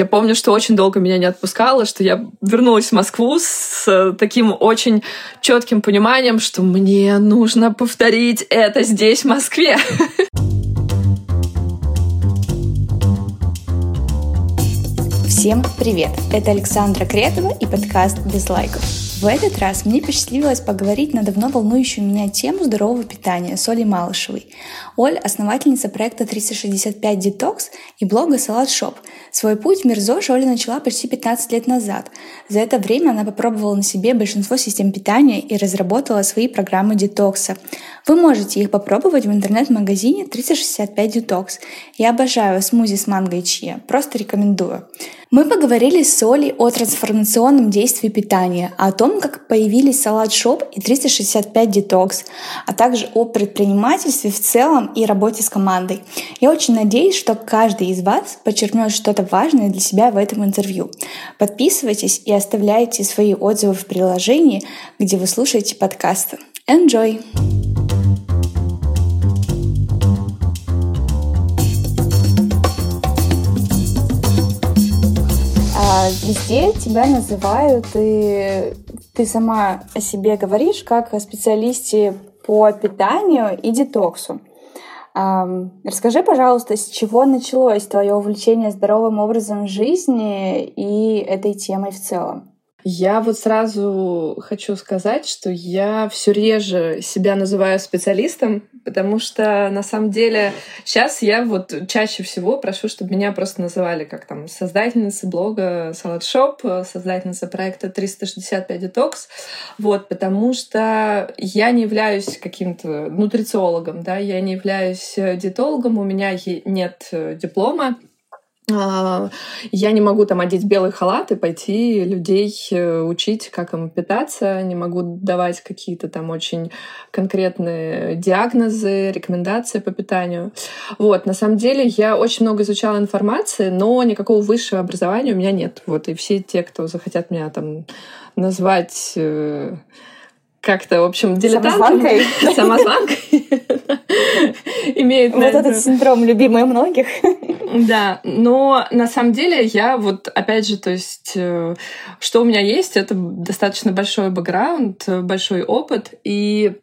Я помню, что очень долго меня не отпускало, что я вернулась в Москву с таким очень четким пониманием, что мне нужно повторить это здесь, в Москве. Всем привет! Это Александра Кретова и подкаст «Без лайков». В этот раз мне посчастливилось поговорить на давно волнующую меня тему здорового питания с Олей Малышевой. Оль – основательница проекта 365 Detox и блога Salad Shop. Свой путь в мир ЗОЖ Оля начала почти 15 лет назад. За это время она попробовала на себе большинство систем питания и разработала свои программы детокса. Вы можете их попробовать в интернет-магазине 365 Detox. Я обожаю смузи с манго и чиа, просто рекомендую. Мы поговорили с Олей о трансформационном действии питания, о том, как появились Salad Shop и 365 Detox, а также о предпринимательстве в целом и работе с командой. Я очень надеюсь, что каждый из вас подчеркнет что-то важное для себя в этом интервью. Подписывайтесь и оставляйте свои отзывы в приложении, где вы слушаете подкасты. Enjoy! Везде тебя называют, и ты сама о себе говоришь как о специалисте по питанию и детоксу. Расскажи, пожалуйста, с чего началось твое увлечение здоровым образом жизни и этой темой в целом? Я вот сразу хочу сказать, что я все реже себя называю специалистом, потому что на самом деле сейчас я вот чаще всего прошу, чтобы меня просто называли как там создательница блога Salad Shop, создательница проекта 365 Detox, вот, потому что я не являюсь каким-то нутрициологом, да, я не являюсь диетологом, у меня нет диплома. Я не могу там одеть белый халат и пойти людей учить, как им питаться, не могу давать какие-то там очень конкретные диагнозы, рекомендации по питанию. Вот, на самом деле я очень много изучала информации, но никакого высшего образования у меня нет. Вот, и все те, кто захотят меня там назвать как-то, в общем, дилетантом. Самозванкой. Имеет вот этот синдром, любимый многих. Да, но на самом деле я вот, опять же, то есть, что у меня есть, это достаточно большой бэкграунд, большой опыт, и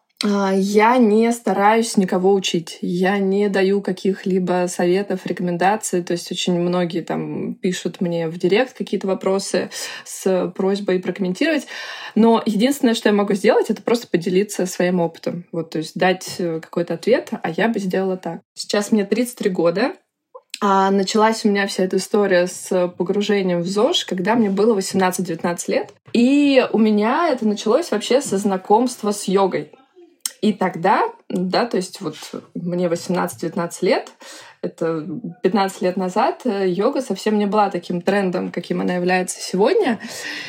я не стараюсь никого учить, я не даю каких-либо советов, рекомендаций, то есть очень многие там пишут мне в директ какие-то вопросы с просьбой прокомментировать, но единственное, что я могу сделать, это просто поделиться своим опытом, вот, то есть дать какой-то ответ, а я бы сделала так. Сейчас мне 33 года, а началась у меня вся эта история с погружением в ЗОЖ, когда мне было 18-19 лет, и у меня это началось вообще со знакомства с йогой. И тогда, да, то есть вот мне 18-19 лет, это 15 лет назад, йога совсем не была таким трендом, каким она является сегодня.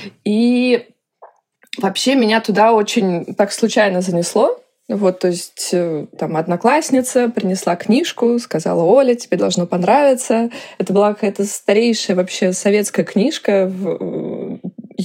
И вообще меня туда очень так случайно занесло. Вот, то есть там одноклассница принесла книжку, сказала: «Оля, тебе должно понравиться». Это была какая-то старейшая вообще советская книжка в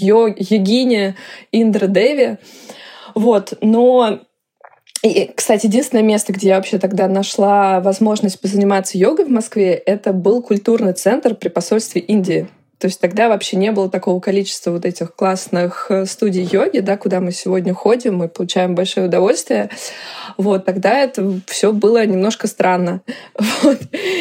йогине Индра Деви. Вот, но... И, кстати, единственное место, где я вообще тогда нашла возможность позаниматься йогой в Москве, это был культурный центр при посольстве Индии. То есть тогда вообще не было такого количества вот этих классных студий йоги, да, куда мы сегодня ходим, мы получаем большое удовольствие. Вот, тогда это все было немножко странно. Вот.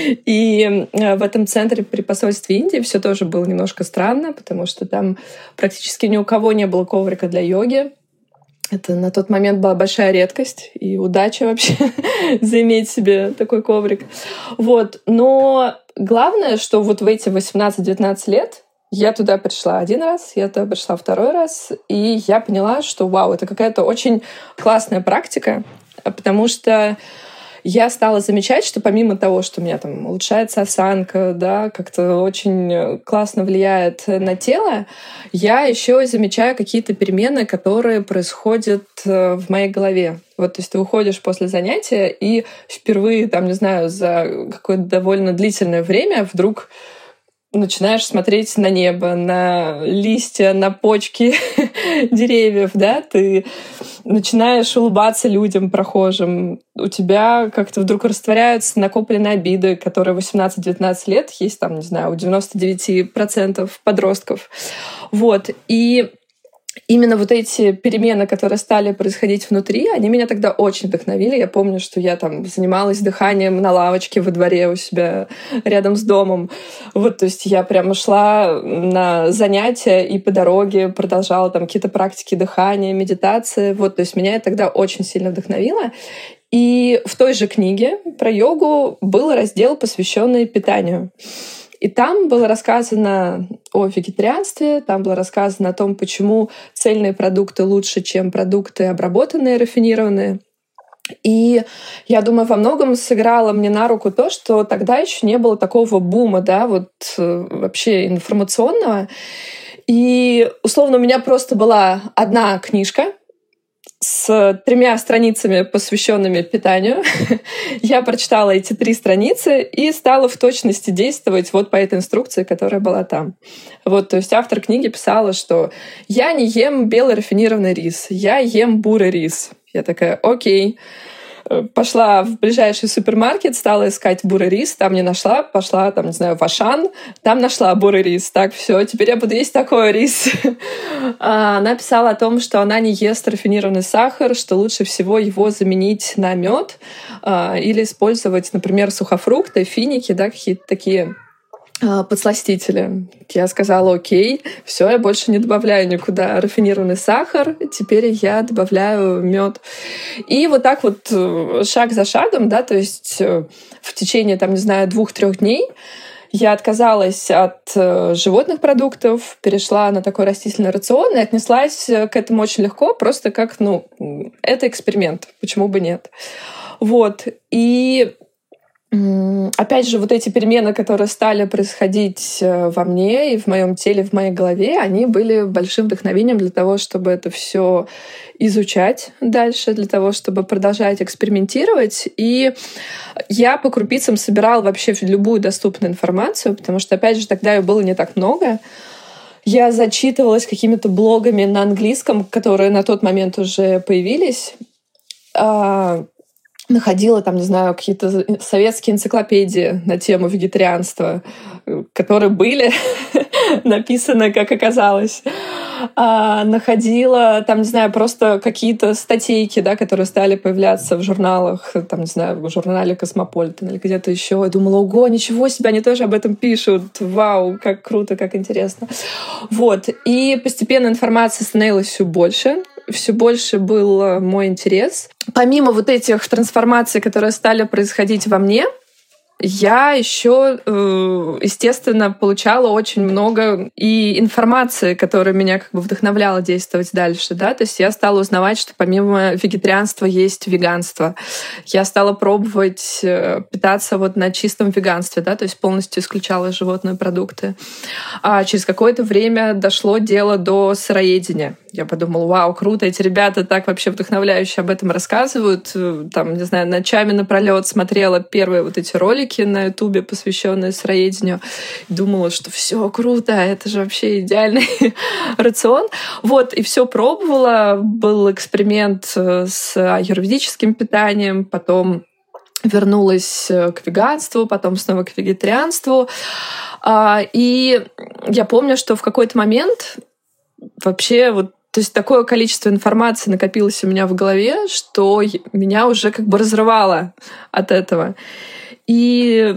И в этом центре при посольстве Индии все тоже было немножко странно, потому что там практически ни у кого не было коврика для йоги. Это на тот момент была большая редкость и удача вообще заиметь себе такой коврик. Вот. Но главное, что вот в эти 18-19 лет я туда пришла один раз, я туда пришла второй раз, и я поняла, что вау, это какая-то очень классная практика, потому что я стала замечать, что помимо того, что у меня там улучшается осанка, да, как-то очень классно влияет на тело, я еще замечаю какие-то перемены, которые происходят в моей голове. Вот, то есть ты уходишь после занятия, и впервые, там, не знаю, за какое-то довольно длительное время вдруг начинаешь смотреть на небо, на листья, на почки деревьев, да, ты начинаешь улыбаться людям, прохожим. У тебя как-то вдруг растворяются накопленные обиды, которые 18-19 лет есть, там, не знаю, у 99% подростков. Вот. И именно вот эти перемены, которые стали происходить внутри, они меня тогда очень вдохновили. Я помню, что я там занималась дыханием на лавочке во дворе у себя рядом с домом. Вот, то есть я прямо шла на занятия и по дороге продолжала там какие-то практики дыхания, медитации. Вот, то есть меня это тогда очень сильно вдохновило. И в той же книге про йогу был раздел, посвященный питанию. И там было рассказано о вегетарианстве, там было рассказано о том, почему цельные продукты лучше, чем продукты обработанные, рафинированные. И я думаю, во многом сыграло мне на руку то, что тогда еще не было такого бума, да, вот вообще информационного. И, условно, у меня просто была одна книжка с 3 страницами, посвященными питанию. Я прочитала эти 3 страницы и стала в точности действовать вот по этой инструкции, которая была там. Вот, то есть автор книги писала, что я не ем белый рафинированный рис, я ем бурый рис. Я такая, окей. Пошла в ближайший супермаркет, стала искать бурый рис, там не нашла, пошла, там, не знаю, в Ашан, там нашла бурый рис. Так, все, теперь я буду есть такой рис. Она писала о том, что она не ест рафинированный сахар, что лучше всего его заменить на мед или использовать, например, сухофрукты, финики, да, какие-то такие подсластители. Я сказала, окей, все, я больше не добавляю никуда рафинированный сахар, теперь я добавляю мед. И вот так вот шаг за шагом, да, то есть в течение, там, не знаю, 2-3 дней я отказалась от животных продуктов, перешла на такой растительный рацион и отнеслась к этому очень легко, просто как, это эксперимент, почему бы нет. Вот. И опять же, вот эти перемены, которые стали происходить во мне и в моем теле, в моей голове, они были большим вдохновением для того, чтобы это все изучать дальше, для того, чтобы продолжать экспериментировать. И я по крупицам собирала вообще любую доступную информацию, потому что, опять же, тогда ее было не так много. Я зачитывалась какими-то блогами на английском, которые на тот момент уже появились. Находила там, не знаю, какие-то советские энциклопедии на тему вегетарианства, которые были написаны, как оказалось. Находила там, не знаю, просто какие-то статейки, да, которые стали появляться в журналах, там, не знаю, в журнале «Космополитен» или где-то еще. Я думала, ого, ничего себе, они тоже об этом пишут. Вау, как круто, как интересно. Вот. И постепенно информации становилось все больше был мой интерес. Помимо вот этих трансформаций, которые стали происходить во мне, я еще, естественно, получала очень много и информации, которая меня как бы вдохновляла действовать дальше, да, то есть я стала узнавать, что помимо вегетарианства есть веганство. Я стала пробовать питаться вот на чистом веганстве, да, то есть полностью исключала животные продукты. А через какое-то время дошло дело до сыроедения. Я подумала, вау, круто, эти ребята так вообще вдохновляюще об этом рассказывают. Там, не знаю, ночами напролёт смотрела первые вот эти ролики на Ютубе, посвященные сыроедению. Думала, что все круто, это же вообще идеальный рацион. Вот, и все пробовала. Был эксперимент с аюрведическим питанием, потом вернулась к веганству, потом снова к вегетарианству. И я помню, что в какой-то момент вообще вот, то есть такое количество информации накопилось у меня в голове, что меня уже как бы разрывало от этого. И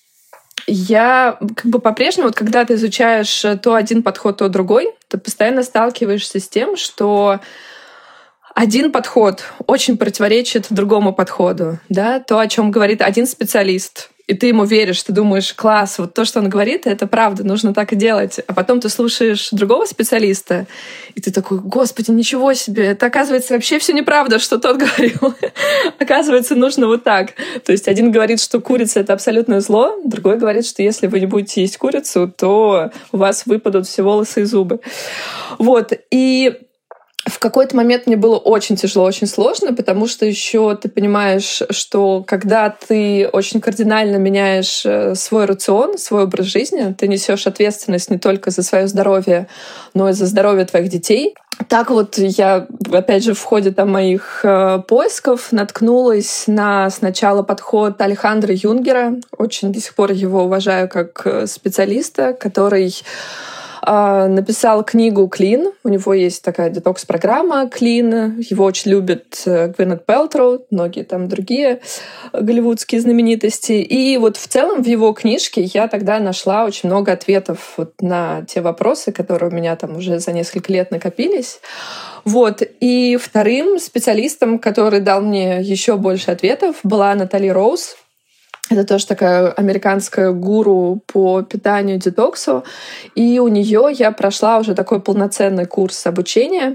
я как бы по-прежнему, вот когда ты изучаешь то один подход, то другой, ты постоянно сталкиваешься с тем, что один подход очень противоречит другому подходу, да, то, о чем говорит один специалист, и ты ему веришь, ты думаешь, класс, вот то, что он говорит, это правда, нужно так и делать. А потом ты слушаешь другого специалиста, и ты такой, господи, ничего себе, это, оказывается, вообще все неправда, что тот говорил. Оказывается, нужно вот так. То есть один говорит, что курица — это абсолютное зло, другой говорит, что если вы не будете есть курицу, то у вас выпадут все волосы и зубы. Вот, и в какой-то момент мне было очень тяжело, очень сложно, потому что еще ты понимаешь, что когда ты очень кардинально меняешь свой рацион, свой образ жизни, ты несешь ответственность не только за свое здоровье, но и за здоровье твоих детей. Так вот я, опять же, в ходе моих поисков наткнулась на сначала подход Алехандро Юнгера. Очень до сих пор его уважаю как специалиста, который написал книгу «Clean». У него есть такая детокс-программа «Clean». Его очень любят Гвинет Пэлтроу, многие там другие голливудские знаменитости. И вот в целом в его книжке я тогда нашла очень много ответов вот на те вопросы, которые у меня там уже за несколько лет накопились. Вот. И вторым специалистом, который дал мне еще больше ответов, была Натали Роуз. Это тоже такая американская гуру по питанию, детоксу. И у нее я прошла уже такой полноценный курс обучения,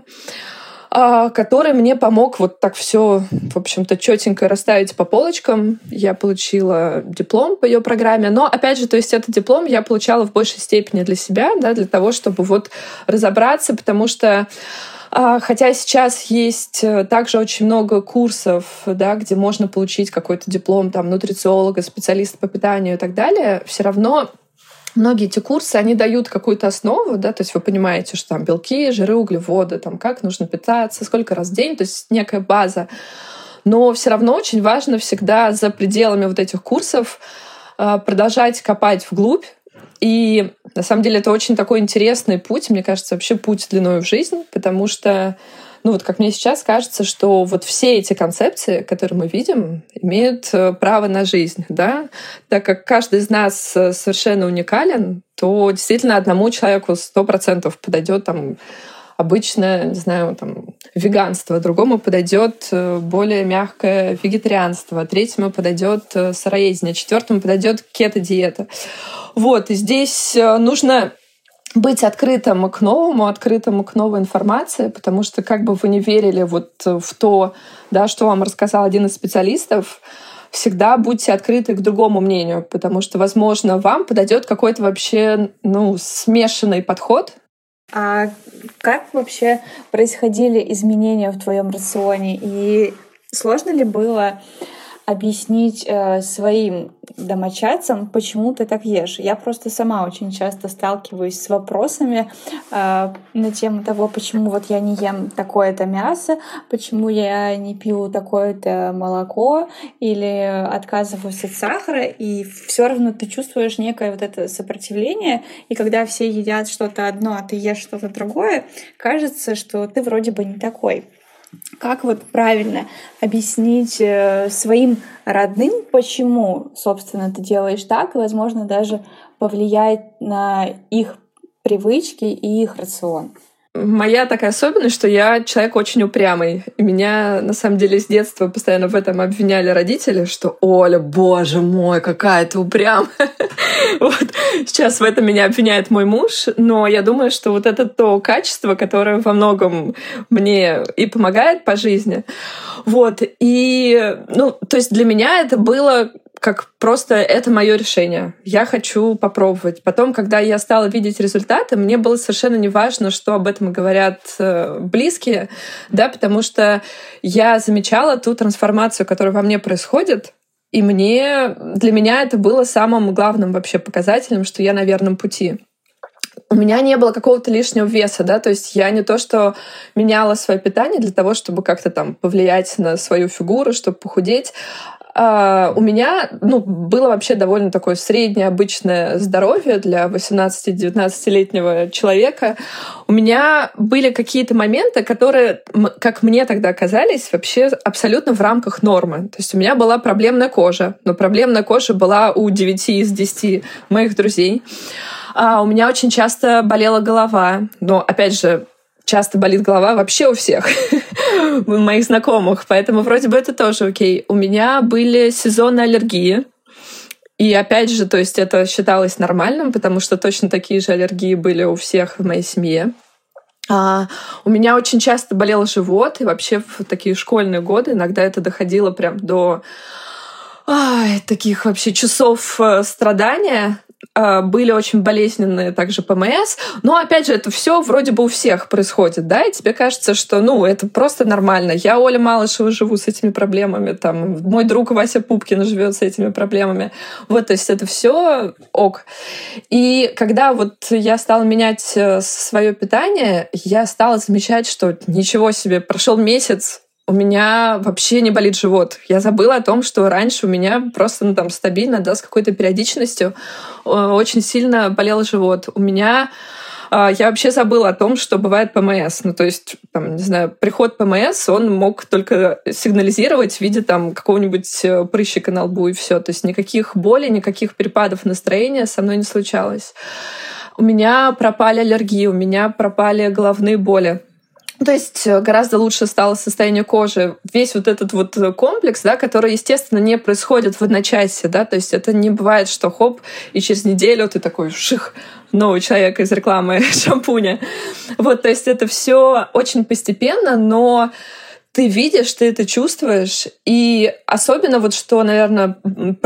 который мне помог вот так все, в общем-то, четенько расставить по полочкам. Я получила диплом по ее программе. Но, опять же, то есть этот диплом я получала в большей степени для себя, да, для того, чтобы вот разобраться, потому что хотя сейчас есть также очень много курсов, да, где можно получить какой-то диплом там, нутрициолога, специалиста по питанию и так далее, все равно многие эти курсы, они дают какую-то основу, да, то есть вы понимаете, что там белки, жиры, углеводы, там, как нужно питаться, сколько раз в день, то есть некая база. Но все равно очень важно всегда за пределами вот этих курсов продолжать копать вглубь. И на самом деле это очень такой интересный путь, мне кажется, вообще путь длиной в жизнь, потому что, ну вот как мне сейчас кажется, что вот все эти концепции, которые мы видим, имеют право на жизнь, да, так как каждый из нас совершенно уникален, то действительно одному человеку 100% подойдет там обычное, не знаю, там, веганство, другому подойдет более мягкое вегетарианство, третьему подойдет сыроедение, четвертому подойдет кето-диета. Вот, и здесь нужно быть открытым к новому, открытым к новой информации, потому что как бы вы не верили вот в то, да, что вам рассказал один из специалистов, всегда будьте открыты к другому мнению, потому что, возможно, вам подойдет какой-то вообще, смешанный подход. А как вообще происходили изменения в твоем рационе? И сложно ли было объяснить своим домочадцам, почему ты так ешь? Я просто сама очень часто сталкиваюсь с вопросами на тему того, почему вот я не ем такое-то мясо, почему я не пью такое-то молоко или отказываюсь от сахара, и все равно ты чувствуешь некое вот это сопротивление, и когда все едят что-то одно, а ты ешь что-то другое, кажется, что ты вроде бы не такой. Как вот правильно объяснить своим родным, почему, собственно, ты делаешь так, и, возможно, даже повлиять на их привычки и их рацион? Моя такая особенность, что я человек очень упрямый. И меня, на самом деле, с детства постоянно в этом обвиняли родители, что «Оля, боже мой, какая ты упрямая!» Вот. Сейчас в этом меня обвиняет мой муж, но я думаю, что вот это то качество, которое во многом мне и помогает по жизни. Вот. И, то есть для меня это было как просто это мое решение. Я хочу попробовать. Потом, когда я стала видеть результаты, мне было совершенно неважно, что об этом говорят близкие, да, потому что я замечала ту трансформацию, которая во мне происходит, и для меня это было самым главным вообще показателем, что я на верном пути. У меня не было какого-то лишнего веса, да, то есть я не то, что меняла свое питание для того, чтобы как-то там повлиять на свою фигуру, чтобы похудеть. У меня было вообще довольно такое среднее обычное здоровье для 18-19-летнего человека. У меня были какие-то моменты, которые, как мне тогда казались, вообще абсолютно в рамках нормы. То есть у меня была проблемная кожа, но проблемная кожа была у 9 из 10 моих друзей. У меня очень часто болела голова, но, опять же, часто болит голова вообще у всех моих знакомых, поэтому вроде бы это тоже окей. У меня были сезонные аллергии, и опять же, то есть это считалось нормальным, потому что точно такие же аллергии были у всех в моей семье. У меня очень часто болел живот, и вообще в такие школьные годы иногда это доходило прям до таких вообще часов страдания. были очень болезненные также ПМС, но, опять же, это все вроде бы у всех происходит, да, и тебе кажется, что, это просто нормально. Я, Оля Малышева, живу с этими проблемами, там, мой друг Вася Пупкин живет с этими проблемами. Вот, то есть это все ок. И когда вот я стала менять свое питание, я стала замечать, что ничего себе, прошел месяц, у меня вообще не болит живот. Я забыла о том, что раньше у меня просто стабильно, с какой-то периодичностью очень сильно болел живот. Я вообще забыла о том, что бывает ПМС. То есть, приход ПМС, он мог только сигнализировать в виде какого-нибудь прыщика на лбу и все. То есть никаких болей, никаких перепадов настроения со мной не случалось. У меня пропали аллергии, у меня пропали головные боли. То есть гораздо лучше стало состояние кожи. Весь вот этот вот комплекс, который, естественно, не происходит в одночасье. То есть это не бывает, что хоп, и через неделю ты такой ших, новый человек из рекламы шампуня. Вот, то есть это все очень постепенно, но ты видишь, ты это чувствуешь. И особенно вот что, наверное,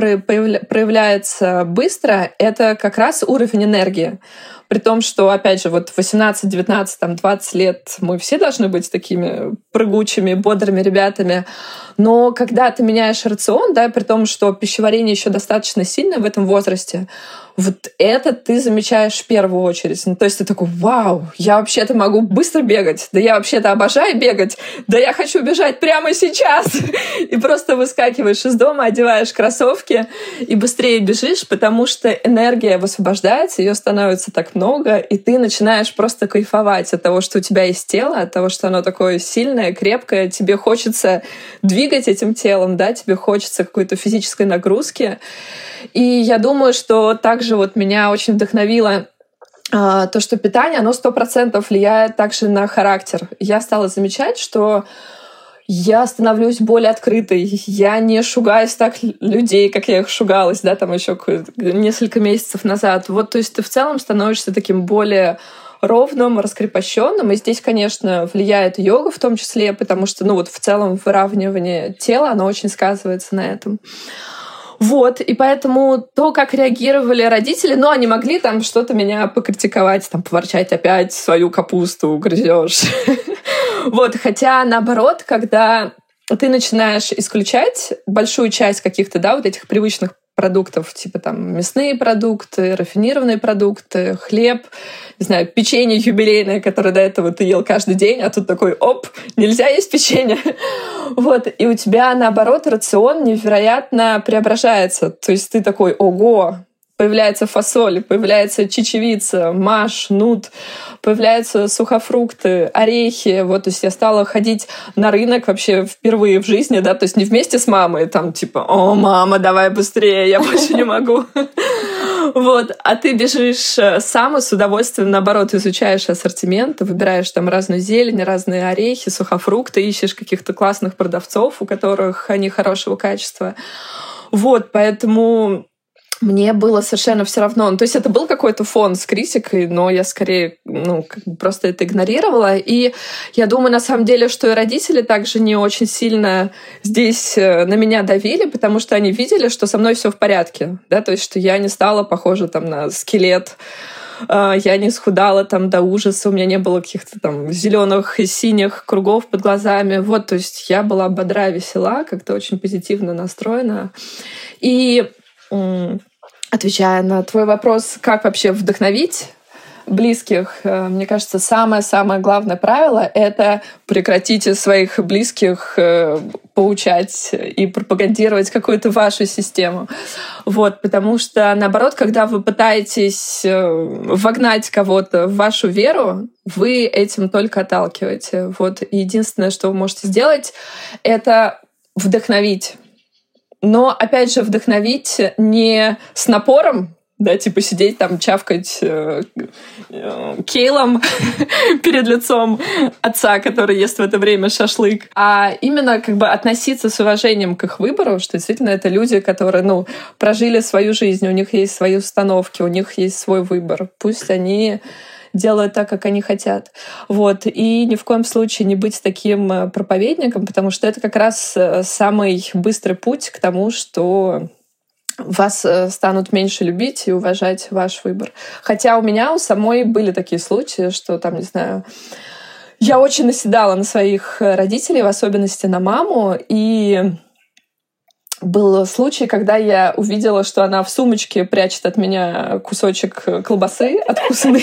проявляется быстро, это как раз уровень энергии. При том, что, опять же, вот 18, 19, 20 лет мы все должны быть такими прыгучими, бодрыми ребятами. Но когда ты меняешь рацион, при том, что пищеварение еще достаточно сильное в этом возрасте, вот это ты замечаешь в первую очередь. То есть ты такой: вау, я вообще-то могу быстро бегать, да я вообще-то обожаю бегать, да я хочу бежать прямо сейчас. И просто выскакиваешь из дома, одеваешь кроссовки и быстрее бежишь, потому что энергия высвобождается, ее становится так много, и ты начинаешь просто кайфовать от того, что у тебя есть тело, от того, что оно такое сильное, крепкое, тебе хочется двигать этим телом, тебе хочется какой-то физической нагрузки. И я думаю, что также вот меня очень вдохновило то, что питание, оно 100% влияет также на характер. Я стала замечать, что я становлюсь более открытой, я не шугаюсь так людей, как я их шугалась, еще несколько месяцев назад. Вот, то есть ты в целом становишься таким более ровным, раскрепощенным. И здесь, конечно, влияет йога в том числе, потому что, в целом выравнивание тела, оно очень сказывается на этом. Вот, и поэтому то, как реагировали родители, они могли что-то меня покритиковать, поворчать: опять свою капусту грызешь. Вот, хотя наоборот, когда ты начинаешь исключать большую часть каких-то, вот этих привычных продуктов, типа мясные продукты, рафинированные продукты, хлеб, не знаю, печенье юбилейное, которое до этого ты ел каждый день, а тут такой: оп, нельзя есть печенье. Вот, и у тебя, наоборот, рацион невероятно преображается. То есть ты такой: ого, появляется фасоль, появляется чечевица, маш, нут, появляются сухофрукты, орехи. Вот, то есть я стала ходить на рынок вообще впервые в жизни, то есть не вместе с мамой, о, мама, давай быстрее, я больше не могу. Вот, а ты бежишь сам и с удовольствием, наоборот, изучаешь ассортимент, выбираешь разную зелень, разные орехи, сухофрукты, ищешь каких-то классных продавцов, у которых они хорошего качества. Вот, поэтому мне было совершенно все равно. То есть это был какой-то фон с критикой, но я скорее просто это игнорировала. И я думаю, на самом деле, что и родители также не очень сильно здесь на меня давили, потому что они видели, что со мной все в порядке. То есть что я не стала похожа на скелет, я не схудала до ужаса, у меня не было каких-то зеленых и синих кругов под глазами. Вот, то есть я была бодра, весела, как-то очень позитивно настроена. И отвечая на твой вопрос, как вообще вдохновить близких, мне кажется, самое-самое главное правило — это прекратите своих близких поучать и пропагандировать какую-то вашу систему. Вот, потому что, наоборот, когда вы пытаетесь вогнать кого-то в вашу веру, вы этим только отталкиваете. Вот, и единственное, что вы можете сделать, это вдохновить. Но, опять же, вдохновить не с напором, сидеть чавкать кейлом перед лицом отца, который ест в это время шашлык, а именно относиться с уважением к их выбору, что действительно это люди, которые, прожили свою жизнь, у них есть свои установки, у них есть свой выбор. Пусть они делают так, как они хотят. Вот. И ни в коем случае не быть таким проповедником, потому что это как раз самый быстрый путь к тому, что вас станут меньше любить и уважать ваш выбор. Хотя у меня у самой были такие случаи, что там, не знаю, я очень наседала на своих родителей, в особенности на маму, и был случай, когда я увидела, что она в сумочке прячет от меня кусочек колбасы откусанный.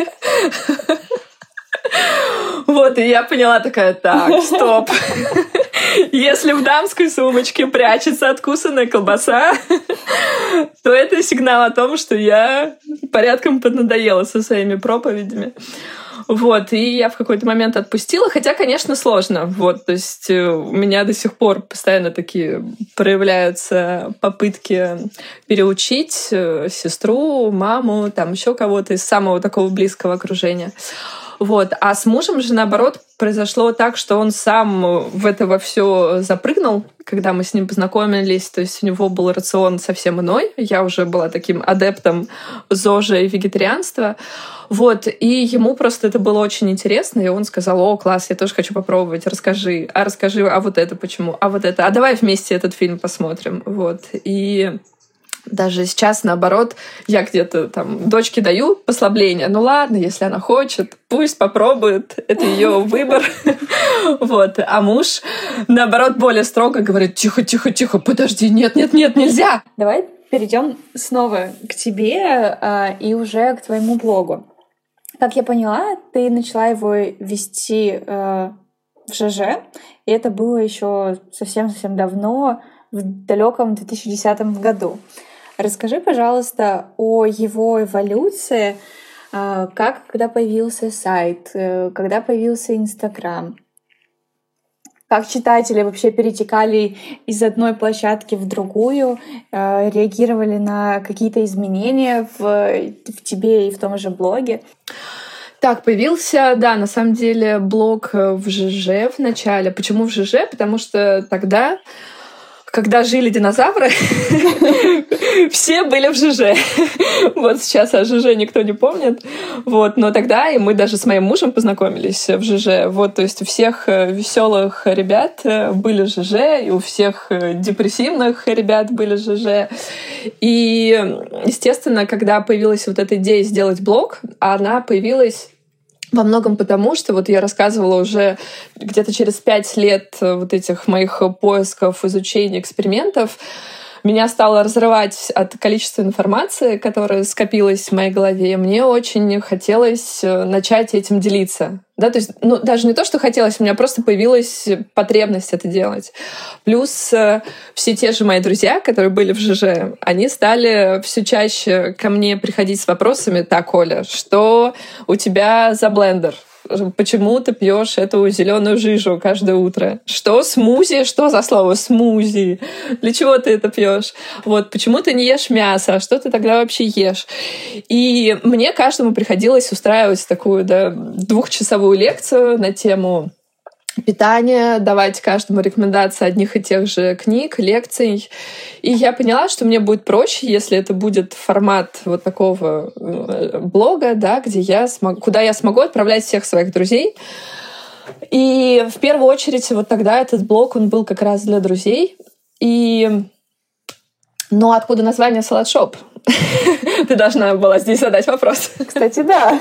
Вот, и я поняла такая: так, стоп. Если в дамской сумочке прячется откусанная колбаса, то это сигнал о том, что я порядком поднадоела со своими проповедями. Вот, и я в какой-то момент отпустила, хотя, конечно, сложно. Вот, то есть у меня до сих пор постоянно такие проявляются попытки переучить сестру, маму, там еще кого-то из самого такого близкого окружения. Вот. А с мужем же, наоборот, произошло так, что он сам в это во все запрыгнул, когда мы с ним познакомились. То есть у него был рацион совсем иной. Я уже была таким адептом ЗОЖа и вегетарианства. Вот. И ему просто это было очень интересно. И он сказал: о, класс, я тоже хочу попробовать. Расскажи, а вот это почему? А вот это. А давай вместе этот фильм посмотрим. Вот. И даже сейчас, наоборот, я где-то там дочке даю послабление. Ну ладно, если она хочет, пусть попробует, это ее выбор. Вот. А муж, наоборот, более строго говорит: тихо, тихо, тихо, подожди, нет, нельзя. Давай перейдем снова к тебе и уже к твоему блогу. Как я поняла, ты начала его вести в ЖЖ, и это было еще совсем-совсем давно, в далеком 2010 году. Расскажи, пожалуйста, о его эволюции, когда появился сайт, когда появился Инстаграм, как читатели вообще перетекали из одной площадки в другую, реагировали на какие-то изменения в тебе и в том же блоге. Так, появился, да, на самом деле, блог в ЖЖ в начале. Почему в ЖЖ? Потому что тогда, когда жили динозавры, все были в ЖЖ. Вот сейчас о ЖЖ никто не помнит. Вот, но тогда и мы даже с моим мужем познакомились в ЖЖ. Вот, то есть у всех веселых ребят были ЖЖ, и у всех депрессивных ребят были ЖЖ. И, естественно, когда появилась вот эта идея сделать блог, она появилась во многом потому, что вот я рассказывала уже где-то через 5 лет вот этих моих поисков, изучений, экспериментов, меня стало разрывать от количества информации, которая скопилась в моей голове. И мне очень хотелось начать этим делиться. Да, то есть, ну, даже не то, что хотелось, у меня просто появилась потребность это делать. Плюс все те же мои друзья, которые были в ЖЖ, они стали все чаще ко мне приходить с вопросами: так, Оля, что у тебя за блендер? Почему ты пьешь эту зеленую жижу каждое утро? Что смузи? Что за слово смузи? Для чего ты это пьешь? Вот, почему ты не ешь мясо? А что ты тогда вообще ешь? И мне каждому приходилось устраивать такую, да, 2-часовую лекцию на тему питания, давать каждому рекомендации одних и тех же книг, лекций. И я поняла, что мне будет проще, если это будет формат вот такого блога, да, куда я смогу отправлять всех своих друзей. И в первую очередь вот тогда этот блог, он был как раз для друзей. Но откуда название «Салат-шоп»? Ты должна была здесь задать вопрос. Кстати, да.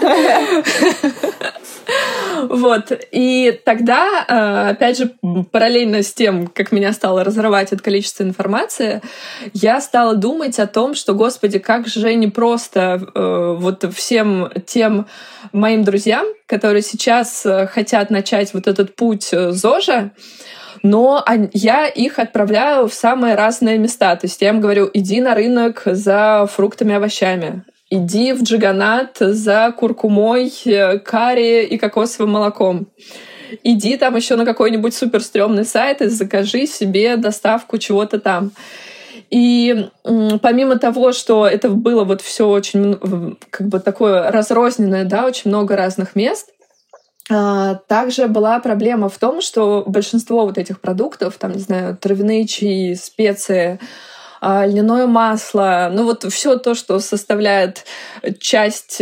Вот. И тогда, опять же, параллельно с тем, как меня стало разрывать от количества информации, я стала думать о том, что, господи, как же непросто вот всем тем моим друзьям, которые сейчас хотят начать вот этот путь ЗОЖа, но я их отправляю в самые разные места. То есть я им говорю: иди на рынок за фруктами и овощами. Иди в Джиганат за куркумой, карри и кокосовым молоком. Иди там еще на какой-нибудь супер стрёмный сайт и закажи себе доставку чего-то там. И помимо того, что это было вот все очень как бы такое разрозненное, да, очень много разных мест, также была проблема в том, что большинство вот этих продуктов, там, не знаю, травяные чаи, специи, льняное масло, ну вот все то, что составляет часть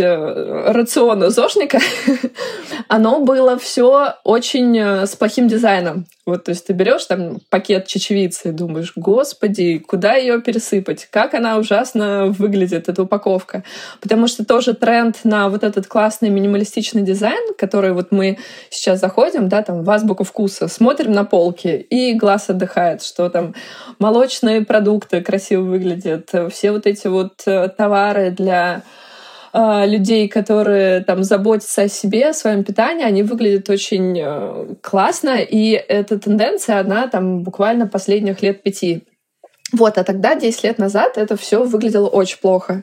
рациона зожника, оно было все очень с плохим дизайном. Вот, то есть ты берешь там пакет чечевицы и думаешь, господи, куда ее пересыпать? Как она ужасно выглядит, эта упаковка. Потому что тоже тренд на вот этот классный минималистичный дизайн, который вот мы сейчас заходим, да, там в азбуку вкуса, смотрим на полки, и глаз отдыхает, что там молочные продукты красиво выглядят, все вот эти вот товары для людей, которые там заботятся о себе, о своем питании, они выглядят очень классно, и эта тенденция, она там буквально последних лет 5. Вот, а тогда, 10 лет назад, это все выглядело очень плохо.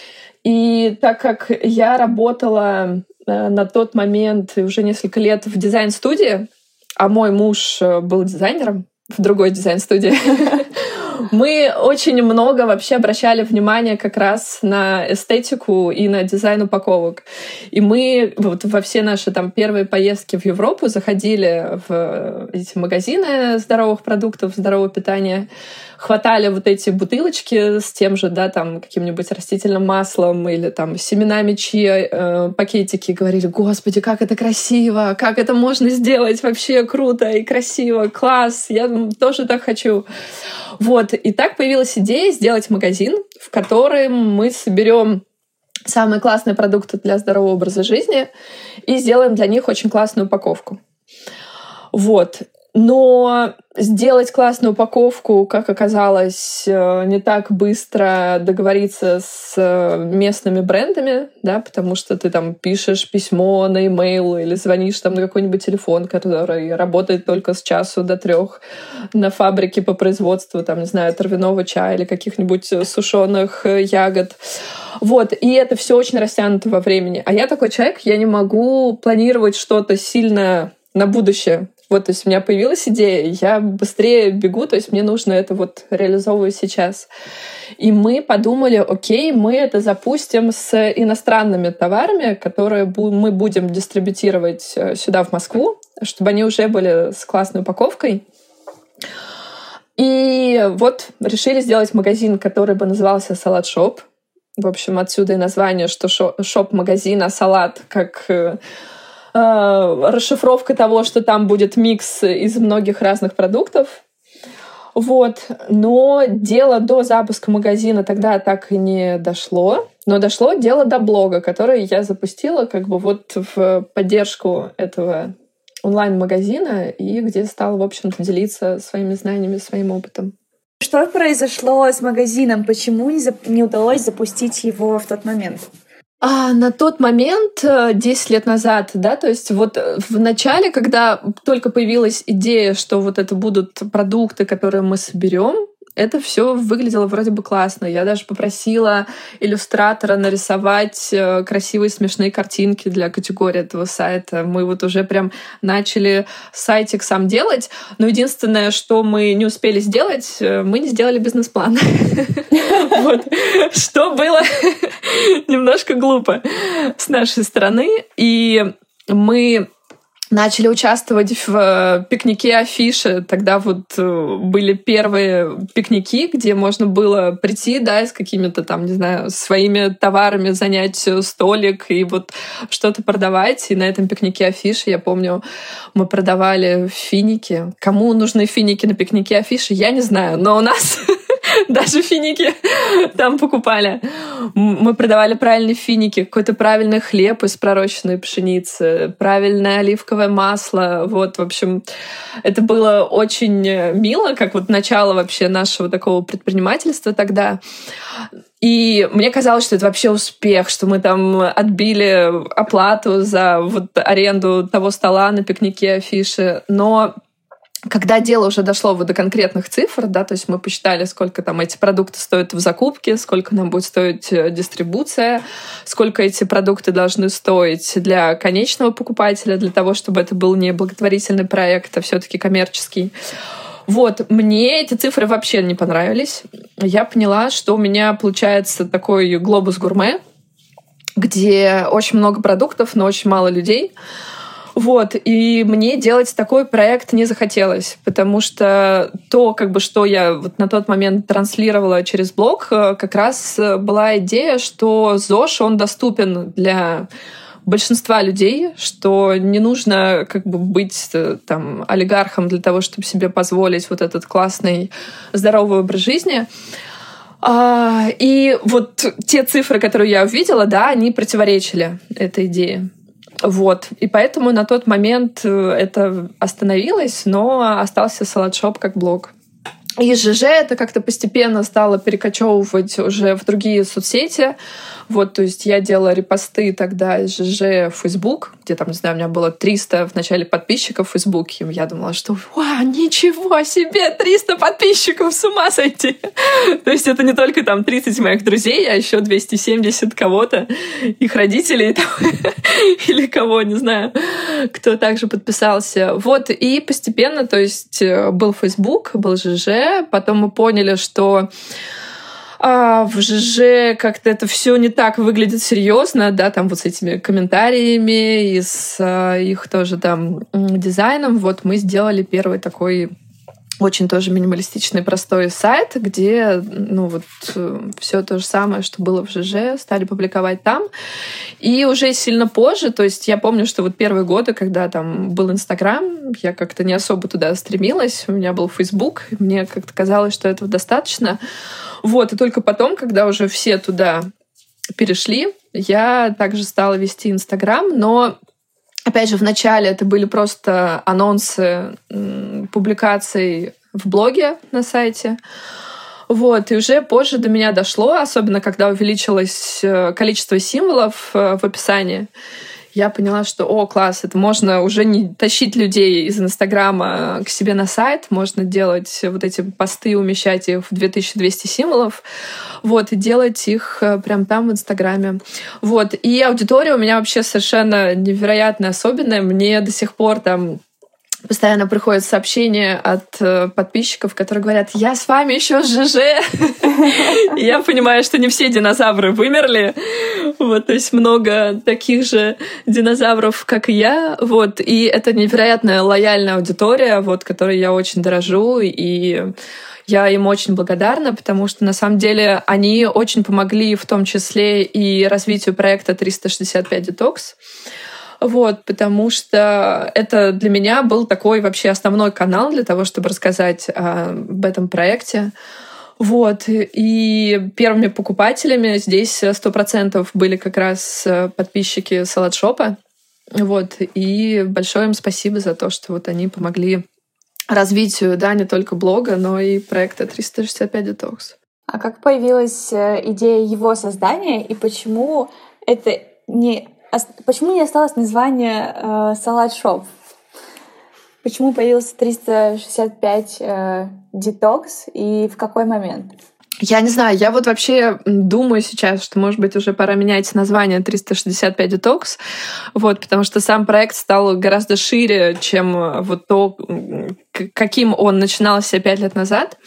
И так как я работала на тот момент уже несколько лет в дизайн-студии, а мой муж был дизайнером в другой дизайн-студии, мы очень много вообще обращали внимание как раз на эстетику и на дизайн упаковок. И мы вот во все наши там первые поездки в Европу заходили в эти магазины здоровых продуктов, здорового питания, хватали вот эти бутылочки с тем же, да, там, каким-нибудь растительным маслом или там семенами чиа, пакетики, говорили, господи, как это красиво, как это можно сделать вообще круто и красиво, класс, я тоже так хочу. Вот, и так появилась идея сделать магазин, в котором мы соберем самые классные продукты для здорового образа жизни и сделаем для них очень классную упаковку. Вот. Но сделать классную упаковку, как оказалось, не так быстро договориться с местными брендами, да, потому что ты там пишешь письмо на e-mail или звонишь там на какой-нибудь телефон, который работает только с 1 до 3 на фабрике по производству, там, не знаю, травяного чая или каких-нибудь сушеных ягод. Вот, и это все очень растянуто во времени. А я такой человек, я не могу планировать что-то сильно на будущее. Вот, то есть у меня появилась идея, я быстрее бегу, то есть мне нужно это вот реализовывать сейчас. И мы подумали, окей, мы это запустим с иностранными товарами, которые мы будем дистрибьютировать сюда, в Москву, чтобы они уже были с классной упаковкой. И вот решили сделать магазин, который бы назывался «Салат Шоп». В общем, отсюда и название, что шоп-магазин, а салат как... расшифровка того, что там будет микс из многих разных продуктов. Вот. Но дело до запуска магазина тогда так и не дошло. Но дошло дело до блога, который я запустила как бы вот в поддержку этого онлайн-магазина и где стала, в общем-то, делиться своими знаниями, своим опытом. Что произошло с магазином? Почему не удалось запустить его в тот момент? На тот момент, 10 лет назад, да, то есть вот в начале, когда только появилась идея, что вот это будут продукты, которые мы соберем, это все выглядело вроде бы классно. Я даже попросила иллюстратора нарисовать красивые смешные картинки для категории этого сайта. Мы вот уже прям начали сайтик сам делать, но единственное, что мы не успели сделать, мы не сделали бизнес-план. Что было немножко глупо с нашей стороны. И мы начали участвовать в пикнике афиши. Тогда вот были первые пикники, где можно было прийти, да, с какими-то там, не знаю, своими товарами, занять столик и вот что-то продавать. И на этом пикнике афиши, я помню, мы продавали финики. Кому нужны финики на пикнике афиши, я не знаю, но у нас... Даже финики там покупали. Мы продавали правильные финики, какой-то правильный хлеб из пророщенной пшеницы, правильное оливковое масло. Вот, в общем, это было очень мило, как вот начало вообще нашего такого предпринимательства тогда. И мне казалось, что это вообще успех, что мы там отбили оплату за вот аренду того стола на пикнике афиши. Но когда дело уже дошло вот до конкретных цифр, да, то есть мы посчитали, сколько там эти продукты стоят в закупке, сколько нам будет стоить дистрибуция, сколько эти продукты должны стоить для конечного покупателя, для того, чтобы это был не благотворительный проект, а все-таки коммерческий. Вот, мне эти цифры вообще не понравились. Я поняла, что у меня получается такой глобус гурме, где очень много продуктов, но очень мало людей. Вот, и мне делать такой проект не захотелось, потому что то, как бы, что я вот на тот момент транслировала через блог, как раз была идея, что ЗОЖ, он доступен для большинства людей, что не нужно как бы быть там олигархом для того, чтобы себе позволить вот этот классный здоровый образ жизни. И вот те цифры, которые я увидела, да, они противоречили этой идее. Вот. И поэтому на тот момент это остановилось, но остался салат-шоп как блог. И ЖЖ это как-то постепенно стало перекочевывать уже в другие соцсети. Вот, то есть я делала репосты тогда из ЖЖ в Facebook, где там, не знаю, у меня было 300 в начале подписчиков в Facebook. И я думала, что вау, ничего себе, 300 подписчиков, с ума сойти. То есть это не только там 30 моих друзей, а еще 270 кого-то, их родителей там, или кого, не знаю, кто также подписался. Вот, и постепенно, то есть был Facebook, был ЖЖ, потом мы поняли, что в ЖЖ как-то это все не так выглядит серьезно, да, там вот с этими комментариями и с их тоже там дизайном. Вот мы сделали первый такой очень тоже минималистичный, простой сайт, где, ну, вот все то же самое, что было в ЖЖ, стали публиковать там. И уже сильно позже, то есть я помню, что вот первые годы, когда там был Инстаграм, я как-то не особо туда стремилась, у меня был Фейсбук, мне как-то казалось, что этого достаточно. Вот, и только потом, когда уже все туда перешли, я также стала вести Инстаграм, но опять же, в начале это были просто анонсы публикаций в блоге на сайте. Вот, и уже позже до меня дошло, особенно когда увеличилось количество символов в описании, я поняла, что, о, класс, это можно уже не тащить людей из Инстаграма к себе на сайт, можно делать вот эти посты, умещать их в 2200 символов, вот, и делать их прям там в Инстаграме. Вот, и аудитория у меня вообще совершенно невероятно особенная. Мне до сих пор там постоянно приходят сообщения от подписчиков, которые говорят: я с вами еще с ЖЖ. Я понимаю, что не все динозавры вымерли. Вот, то есть много таких же динозавров, как и я. Вот, и это невероятная лояльная аудитория, вот, которой я очень дорожу, и я им очень благодарна, потому что, на самом деле, они очень помогли в том числе и развитию проекта 365 Detox. Вот, потому что это для меня был такой вообще основной канал для того, чтобы рассказать об этом проекте. Вот, и первыми покупателями здесь 100% были как раз подписчики салат-шопа. Вот, и большое им спасибо за то, что вот они помогли развитию, да, не только блога, но и проекта 365 Detox. А как появилась идея его создания и почему не осталось название салат-шоп? Почему появился 365 Detox и в какой момент? Я не знаю, я вот вообще думаю сейчас, что, может быть, уже пора менять название 365 Detox, вот, потому что сам проект стал гораздо шире, чем вот то, каким он начинался 5 лет назад.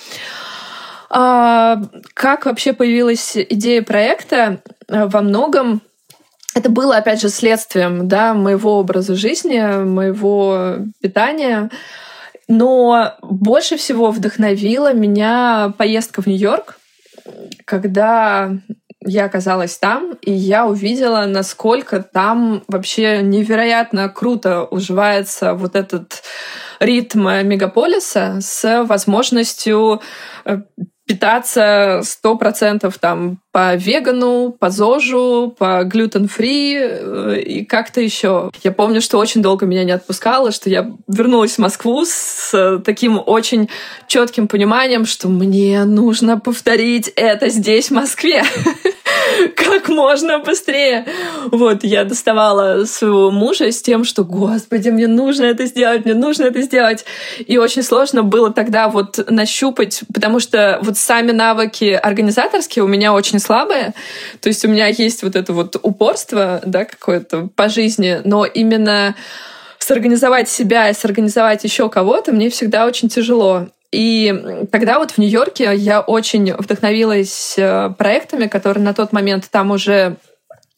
Как вообще появилась идея проекта? Во многом это было, опять же, следствием, да, моего образа жизни, моего питания. Но больше всего вдохновила меня поездка в Нью-Йорк, когда я оказалась там, и я увидела, насколько там вообще невероятно круто уживается вот этот ритм мегаполиса с возможностью питаться 100% там по вегану, по ЗОЖу, по глютен-фри и как-то еще. Я помню, что очень долго меня не отпускало, что я вернулась в Москву с таким очень четким пониманием, что мне нужно повторить это здесь, в Москве. Как можно быстрее. Вот, я доставала своего мужа с тем, что, господи, мне нужно это сделать, мне нужно это сделать. И очень сложно было тогда вот нащупать, потому что вот сами навыки организаторские у меня очень слабые. То есть у меня есть вот это вот упорство, да, какое-то по жизни, но именно сорганизовать себя и сорганизовать еще кого-то мне всегда очень тяжело. И тогда вот в Нью-Йорке я очень вдохновилась проектами, которые на тот момент там уже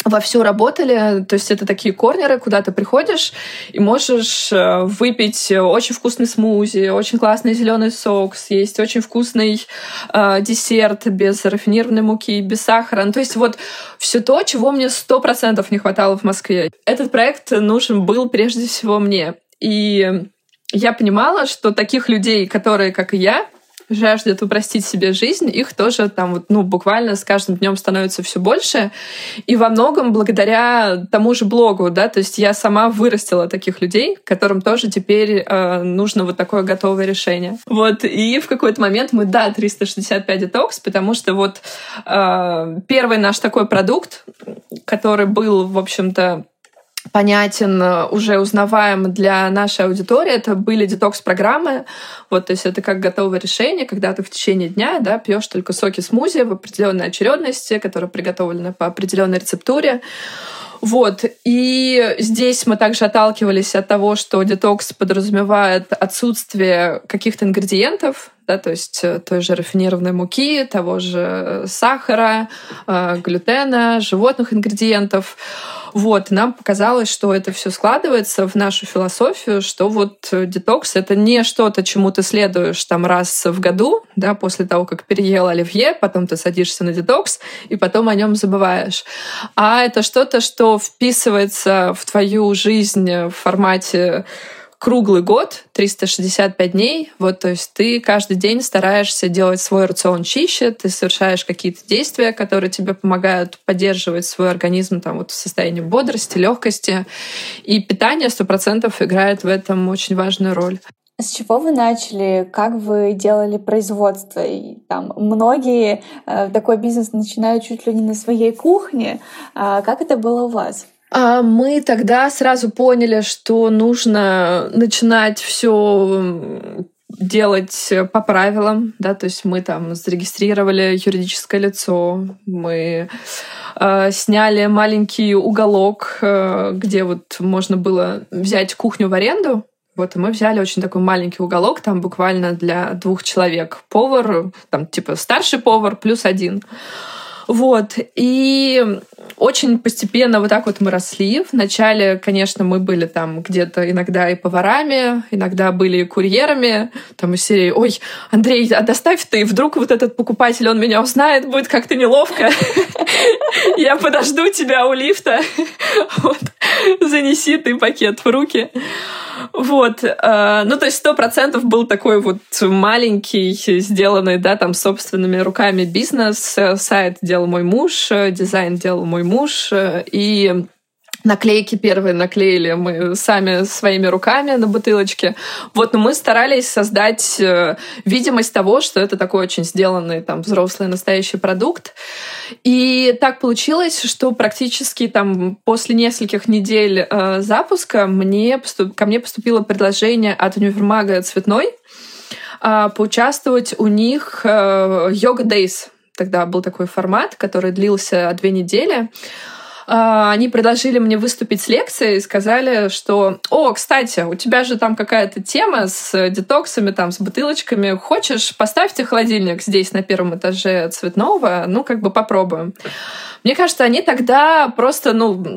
вовсю работали. То есть это такие корнеры, куда ты приходишь и можешь выпить очень вкусный смузи, очень классный зеленый сок, съесть очень вкусный десерт без рафинированной муки, без сахара. То есть вот все то, чего мне 100% не хватало в Москве. Этот проект нужен был прежде всего мне. И я понимала, что таких людей, которые, как и я, жаждет упростить себе жизнь, их тоже там вот, буквально с каждым днем становится все больше. И во многом благодаря тому же блогу, да, то есть я сама вырастила таких людей, которым тоже теперь нужно вот такое готовое решение. Вот, и в какой-то момент мы, 365 Detox, потому что вот первый наш такой продукт, который был, в общем-то, понятен, уже узнаваем для нашей аудитории, это были детокс-программы. Вот, то есть это как готовое решение, когда ты в течение дня, да, пьешь только соки смузи в определенной очередности, которые приготовлены по определенной рецептуре. Вот. И здесь мы также отталкивались от того, что детокс подразумевает отсутствие каких-то ингредиентов, да, то есть той же рафинированной муки, того же сахара, глютена, животных ингредиентов. Вот, нам показалось, что это все складывается в нашу философию, что вот детокс — это не что-то, чему ты следуешь там раз в году, да, после того, как переел оливье, потом ты садишься на детокс, и потом о нем забываешь. А это что-то, что вписывается в твою жизнь в формате круглый год, 365 дней. Вот, то есть ты каждый день стараешься делать свой рацион чище, ты совершаешь какие-то действия, которые тебе помогают поддерживать свой организм там, вот, в состоянии бодрости, легкости. И питание 100% играет в этом очень важную роль. С чего вы начали? Как вы делали производство? И, там, многие такой бизнес начинают чуть ли не на своей кухне. Как это было у вас? Мы тогда сразу поняли, что нужно начинать все делать по правилам, да, то есть мы там зарегистрировали юридическое лицо, мы сняли маленький уголок, где вот можно было взять кухню в аренду. Вот, и мы взяли очень такой маленький уголок, там буквально для 2 человек. Повар, там типа старший повар плюс 1. Вот, и очень постепенно вот так вот мы росли. Вначале, конечно, мы были там где-то иногда и поварами, иногда были и курьерами, там из серии: «Ой, Андрей, а доставь ты, вдруг вот этот покупатель, он меня узнает, будет как-то неловко. Я подожду тебя у лифта. Занеси ты пакет в руки». Вот. То есть 100% был такой вот маленький, сделанный, да, там, собственными руками бизнес. Сайт делал мой муж, дизайн делал мой муж, и наклейки первые наклеили мы сами своими руками на бутылочке. Вот, но мы старались создать видимость того, что это такой очень сделанный, там, взрослый настоящий продукт. И так получилось, что практически там после нескольких недель запуска ко мне поступило предложение от универмага «Цветной» поучаствовать у них Yoga Days. Тогда был такой формат, который длился 2 недели. Они предложили мне выступить с лекцией и сказали, что: «О, кстати, у тебя же там какая-то тема с детоксами, там, с бутылочками. Хочешь, поставьте холодильник здесь на 1 этаже Цветного, попробуем». Мне кажется, они тогда просто,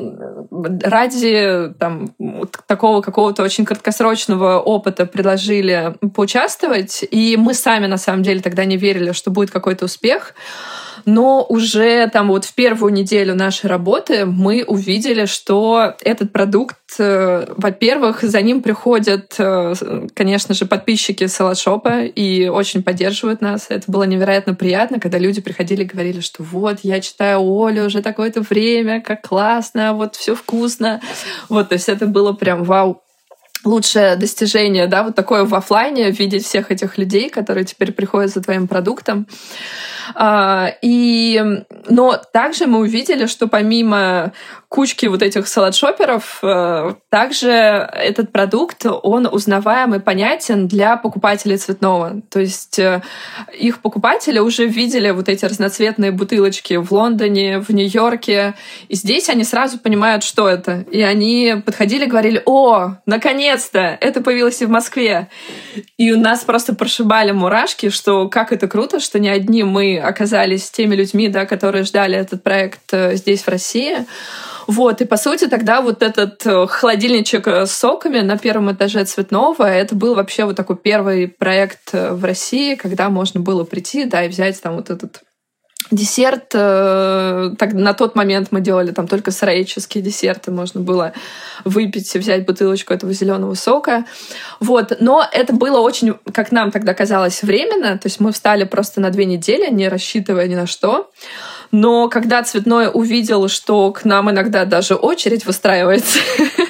ради там, такого какого-то очень краткосрочного опыта предложили поучаствовать. И мы сами, на самом деле, тогда не верили, что будет какой-то успех. Но уже там вот в первую неделю нашей работы мы увидели, что этот продукт, во-первых, за ним приходят, конечно же, подписчики Салашопа и очень поддерживают нас. Это было невероятно приятно, когда люди приходили и говорили, что вот, я читаю Олю уже такое-то время, как классно, вот все вкусно. Вот, то есть это было прям вау. Лучшее достижение, да, вот такое в офлайне, видеть всех этих людей, которые теперь приходят за твоим продуктом. Но также мы увидели, что помимо кучки вот этих салат-шопперов, также этот продукт, он узнаваем и понятен для покупателей цветного. То есть их покупатели уже видели вот эти разноцветные бутылочки в Лондоне, в Нью-Йорке, и здесь они сразу понимают, что это. И они подходили и говорили: «О, наконец-то! Это появилось и в Москве!» И у нас просто прошибали мурашки, что как это круто, что не одни мы оказались теми людьми, да, которые ждали этот проект здесь, в России. Вот, и по сути тогда вот этот холодильничек с соками на первом этаже цветного, это был вообще вот такой первый проект в России, когда можно было прийти, да, и взять там вот этот десерт. Так, на тот момент мы делали там только сыроедческие десерты, можно было выпить и взять бутылочку этого зеленого сока. Вот. Но это было очень, как нам тогда казалось, временно. То есть мы встали просто на 2 недели, не рассчитывая ни на что. Но когда цветной увидел, что к нам иногда даже очередь выстраивается,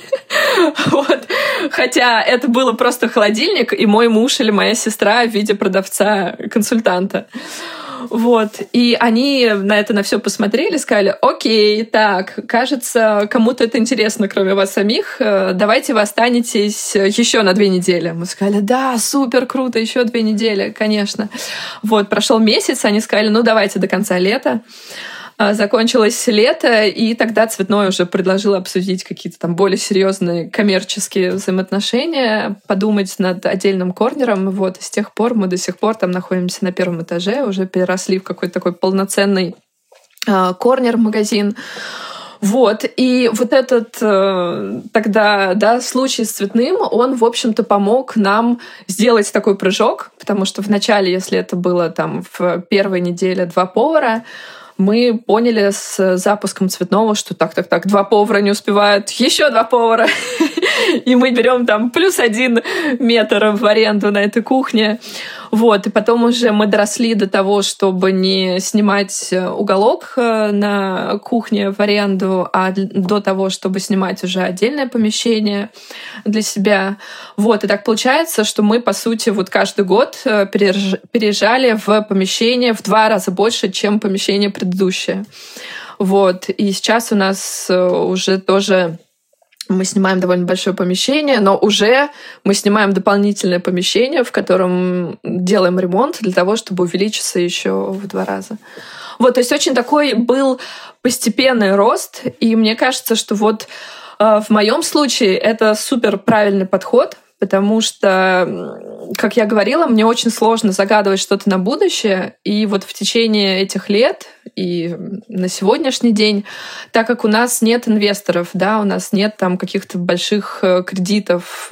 вот. Хотя это было просто холодильник и мой муж или моя сестра в виде продавца-консультанта. Вот. И они на это на все посмотрели, сказали: «Окей, так, кажется, кому-то это интересно, кроме вас самих. Давайте вы останетесь еще на 2 недели». Мы сказали: «Да, супер, круто, еще 2 недели, конечно». Вот, прошел месяц, они сказали: «Ну, давайте до конца лета». Закончилось лето, и тогда цветной уже предложил обсудить какие-то там более серьезные коммерческие взаимоотношения, подумать над отдельным корнером. Вот, и с тех пор мы до сих пор там находимся на 1 этаже, уже переросли в какой-то такой полноценный корнер-магазин. Вот, и вот этот тогда, да, случай с цветным, он, в общем-то, помог нам сделать такой прыжок, потому что вначале, если это было там в первой неделе 2 повара, мы поняли с запуском цветного, что так, 2 повара не успевают, еще 2 повара. И мы берем там +1 метр в аренду на этой кухне. Вот. И потом уже мы доросли до того, чтобы не снимать уголок на кухне в аренду, а до того, чтобы снимать уже отдельное помещение для себя. Вот. И так получается, что мы, по сути, вот каждый год переезжали в помещение в 2 раза больше, чем помещение предыдущее. Вот. И сейчас у нас уже тоже... Мы снимаем довольно большое помещение, но уже мы снимаем дополнительное помещение, в котором делаем ремонт для того, чтобы увеличиться еще в 2 раза. Вот, то есть очень такой был постепенный рост, и мне кажется, что вот в моем случае это супер правильный подход, потому что, как я говорила, мне очень сложно загадывать что-то на будущее, и вот в течение этих лет и на сегодняшний день, так как у нас нет инвесторов, да, у нас нет там каких-то больших кредитов,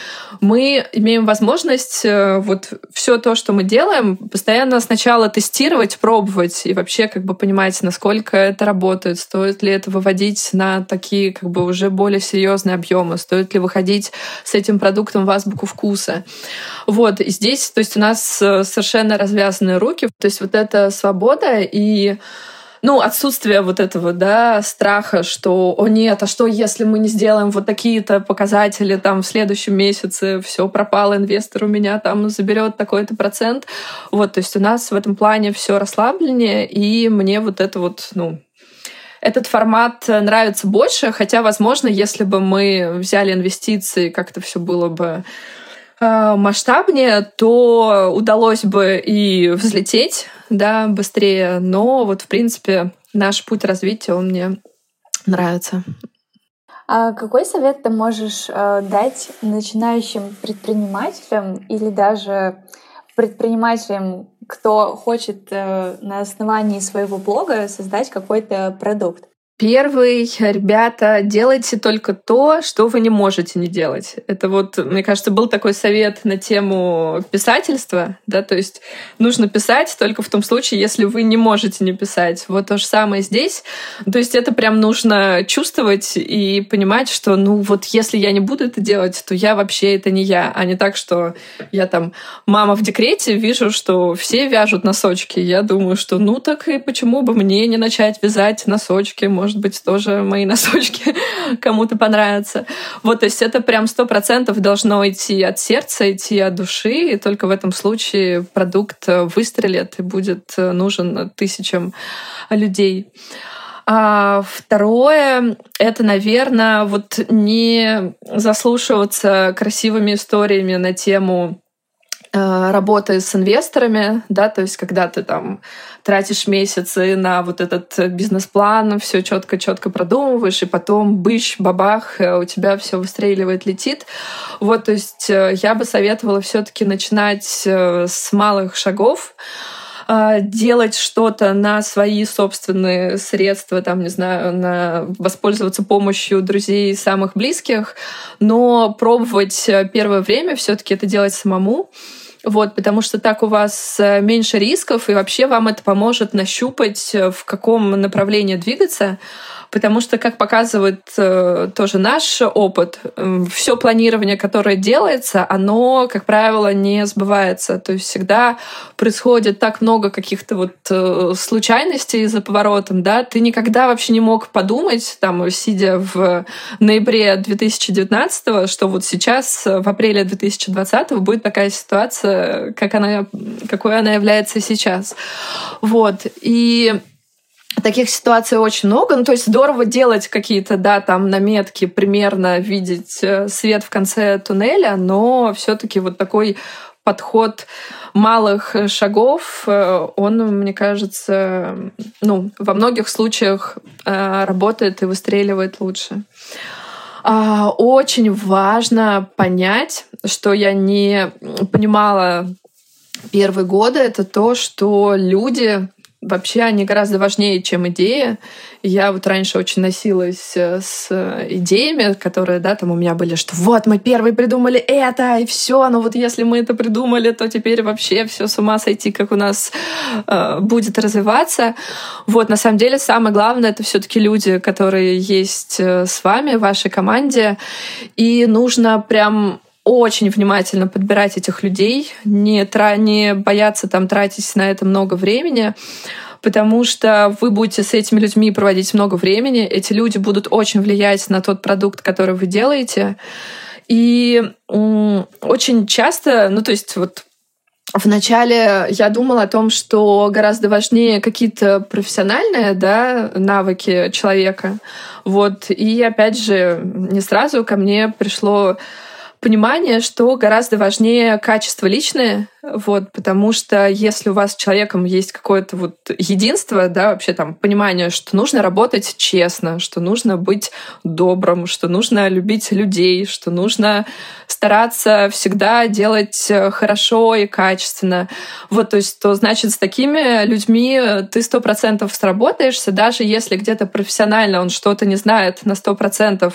мы имеем возможность вот все то, что мы делаем, постоянно сначала тестировать, пробовать и вообще как бы понимать, насколько это работает, стоит ли это выводить на такие как бы уже более серьезные объемы, стоит ли выходить с этим продуктом в азбуку вкуса. Вот, и здесь, то есть у нас совершенно развязанные руки, то есть вот эта свобода и отсутствие вот этого, да, страха, что, о нет, а что, если мы не сделаем вот такие-то показатели там в следующем месяце, все пропало, инвестор у меня там заберет такой-то процент. Вот, то есть у нас в этом плане все расслабленнее, и мне вот это вот, этот формат нравится больше, хотя, возможно, если бы мы взяли инвестиции, как-то все было бы масштабнее, то удалось бы и взлететь, да, быстрее. Но вот, в принципе, наш путь развития, он мне нравится. А какой совет ты можешь дать начинающим предпринимателям или даже предпринимателям, кто хочет на основании своего блога создать какой-то продукт? Первый, ребята, делайте только то, что вы не можете не делать. Это вот, мне кажется, был такой совет на тему писательства, да, то есть нужно писать только в том случае, если вы не можете не писать. Вот то же самое здесь. То есть это прям нужно чувствовать и понимать, что, вот если я не буду это делать, то я вообще это не я, а не так, что я там мама в декрете, вижу, что все вяжут носочки. Я думаю, что так и почему бы мне не начать вязать носочки, может быть, тоже мои носочки кому-то понравятся. Вот, то есть это прям 100% должно идти от сердца, идти от души, и только в этом случае продукт выстрелит и будет нужен 1000 людей. А второе — это, наверное, вот не заслушиваться красивыми историями на тему работы с инвесторами, да, то есть когда ты там тратишь месяцы на вот этот бизнес-план, все четко продумываешь, и потом быщ, бабах, у тебя все выстреливает, летит. Вот, то есть я бы советовала все-таки начинать с малых шагов, делать что-то на свои собственные средства, там, не знаю, воспользоваться помощью друзей самых близких, но пробовать первое время все-таки это делать самому. Вот, потому что так у вас меньше рисков, и вообще вам это поможет нащупать, в каком направлении двигаться. Потому что, как показывает тоже наш опыт, все планирование, которое делается, оно, как правило, не сбывается. То есть всегда происходит так много каких-то вот случайностей за поворотом, да, ты никогда вообще не мог подумать, там, сидя в ноябре 2019, что вот сейчас, в апреле 2020 будет такая ситуация, какой она является сейчас. Вот. И таких ситуаций очень много. Ну, то есть здорово делать какие-то, да, там наметки, примерно видеть свет в конце туннеля, но все-таки вот такой подход малых шагов, он, мне кажется, ну, во многих случаях работает и выстреливает лучше. Очень важно понять, что я не понимала первые годы, это то, что люди вообще они гораздо важнее, чем идеи. Я вот раньше очень носилась с идеями, которые, да, там у меня были, что вот мы первые придумали это, и все, но вот если мы это придумали, то теперь вообще все с ума сойти, как у нас будет развиваться. Вот, на самом деле, самое главное — это все-таки люди, которые есть с вами, в вашей команде, и нужно прям очень внимательно подбирать этих людей, не бояться там тратить на это много времени, потому что вы будете с этими людьми проводить много времени, эти люди будут очень влиять на тот продукт, который вы делаете. И очень часто, ну то есть вот вначале я думала о том, что гораздо важнее какие-то профессиональные, да, навыки человека. Вот. И опять же, не сразу ко мне пришло понимание, что гораздо важнее качество личное, вот, потому что если у вас с человеком есть какое-то вот единство, да, вообще там понимание, что нужно работать честно, что нужно быть добрым, что нужно любить людей, что нужно стараться всегда делать хорошо и качественно, вот, то есть, то значит, с такими людьми ты 100% сработаешься, даже если где-то профессионально он что-то не знает на 100%,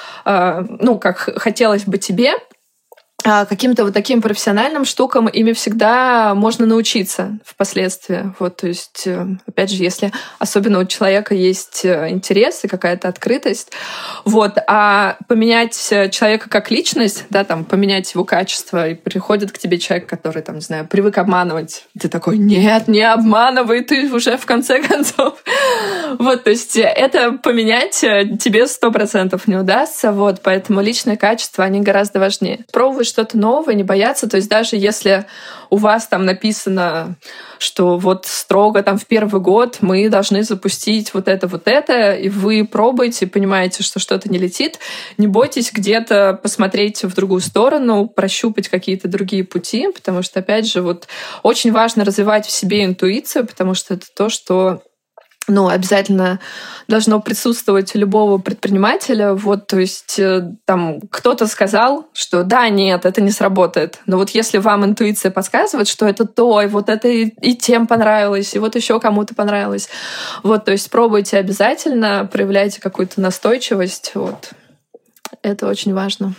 ну, как хотелось бы тебе, каким-то вот таким профессиональным штукам ими всегда можно научиться впоследствии. Вот, то есть, опять же, если особенно у человека есть интерес и какая-то открытость, вот, а поменять человека как личность, да, там, поменять его качество, и приходит к тебе человек, который, там, не знаю, привык обманывать, ты такой: нет, не обманывай, ты уже в конце концов. Вот, то есть это поменять тебе 100% не удастся, вот, поэтому личные качества, они гораздо важнее. Пробовать что-то новое, не бояться, то есть даже если у вас там написано, что вот строго там в первый год мы должны запустить вот это, и вы пробуете, понимаете, что что-то не летит, не бойтесь где-то посмотреть в другую сторону, прощупать какие-то другие пути, потому что, опять же, вот очень важно развивать в себе интуицию, потому что это то, что обязательно должно присутствовать у любого предпринимателя. Вот, то есть там кто-то сказал, что да, нет, это не сработает. Но вот если вам интуиция подсказывает, что это то, и вот это и тем понравилось, и вот еще кому-то понравилось. Вот, то есть пробуйте обязательно, проявляйте какую-то настойчивость. Вот. Это очень важно.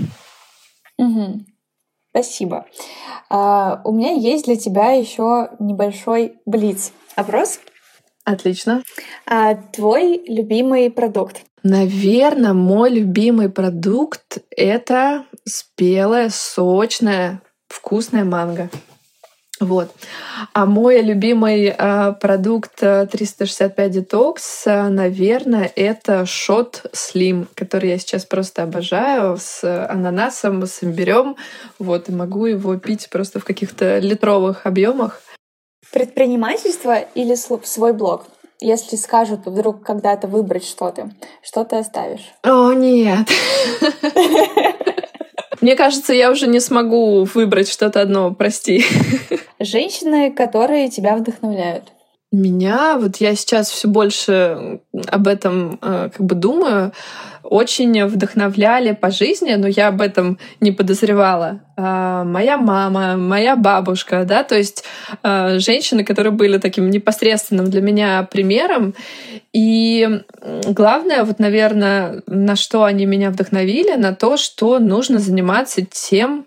Угу. Спасибо. У меня есть для тебя еще небольшой блиц-опрос. Отлично. Твой любимый продукт? Наверное, мой любимый продукт — это спелая, сочная, вкусная манго. Вот. А мой любимый продукт 365 Detox, наверное, это шот Slim, который я сейчас просто обожаю, с ананасом, с имбирем. Вот, и могу его пить просто в каких-то литровых объемах. Предпринимательство или свой блог? Если скажут вдруг когда-то выбрать что-то, что ты оставишь? О, нет. Мне кажется, я уже не смогу выбрать что-то одно, прости. Женщины, которые тебя вдохновляют. Меня, вот я сейчас все больше об этом думаю, очень вдохновляли по жизни, но я об этом не подозревала. Моя мама, моя бабушка, да, то есть женщины, которые были таким непосредственным для меня примером. И главное, вот, наверное, на что они меня вдохновили, на то, что нужно заниматься тем,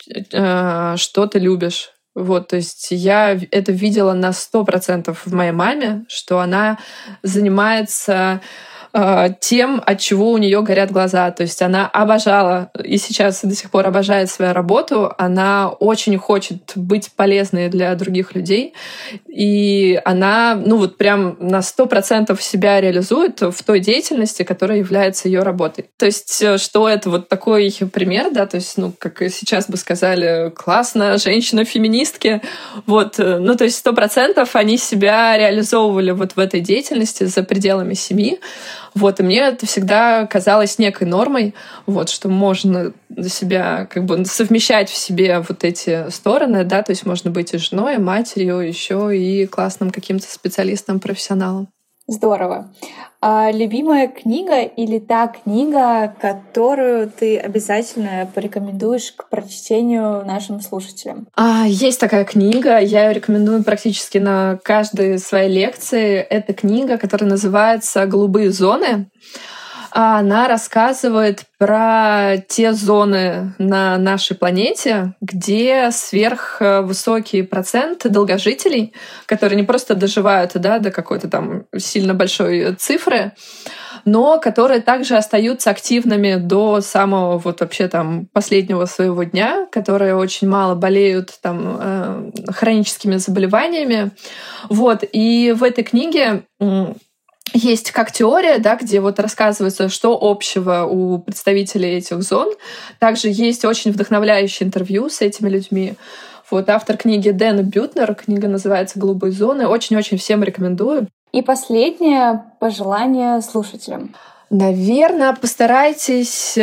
что ты любишь. Вот, то есть я это видела на 100% в моей маме, что она занимается тем, от чего у нее горят глаза. То есть она обожала и сейчас до сих пор обожает свою работу. Она очень хочет быть полезной для других людей. И она, прям на 100% себя реализует в той деятельности, которая является ее работой. То есть что это вот такой пример, да, то есть, как сейчас бы сказали, классно, женщина-феминистки. Вот, то есть 100% они себя реализовывали вот в этой деятельности за пределами семьи. Вот, и мне это всегда казалось некой нормой, вот, что можно для себя совмещать в себе вот эти стороны, да, то есть можно быть и женой, и матерью, еще и классным каким-то специалистом, профессионалом. Здорово. А любимая книга или та книга, которую ты обязательно порекомендуешь к прочтению нашим слушателям? Есть такая книга, я ее рекомендую практически на каждой своей лекции. Это книга, которая называется «Голубые зоны». Она рассказывает про те зоны на нашей планете, где сверхвысокий процент долгожителей, которые не просто доживают, да, до какой-то там сильно большой цифры, но которые также остаются активными до самого вот вообще там последнего своего дня, которые очень мало болеют там хроническими заболеваниями. Вот. И в этой книге есть как теория, да, где вот рассказывается, что общего у представителей этих зон. Также есть очень вдохновляющее интервью с этими людьми. Вот автор книги Дэн Бютнер, книга называется «Голубые зоны». Очень-очень всем рекомендую. И последнее пожелание слушателям. Наверное, постарайтесь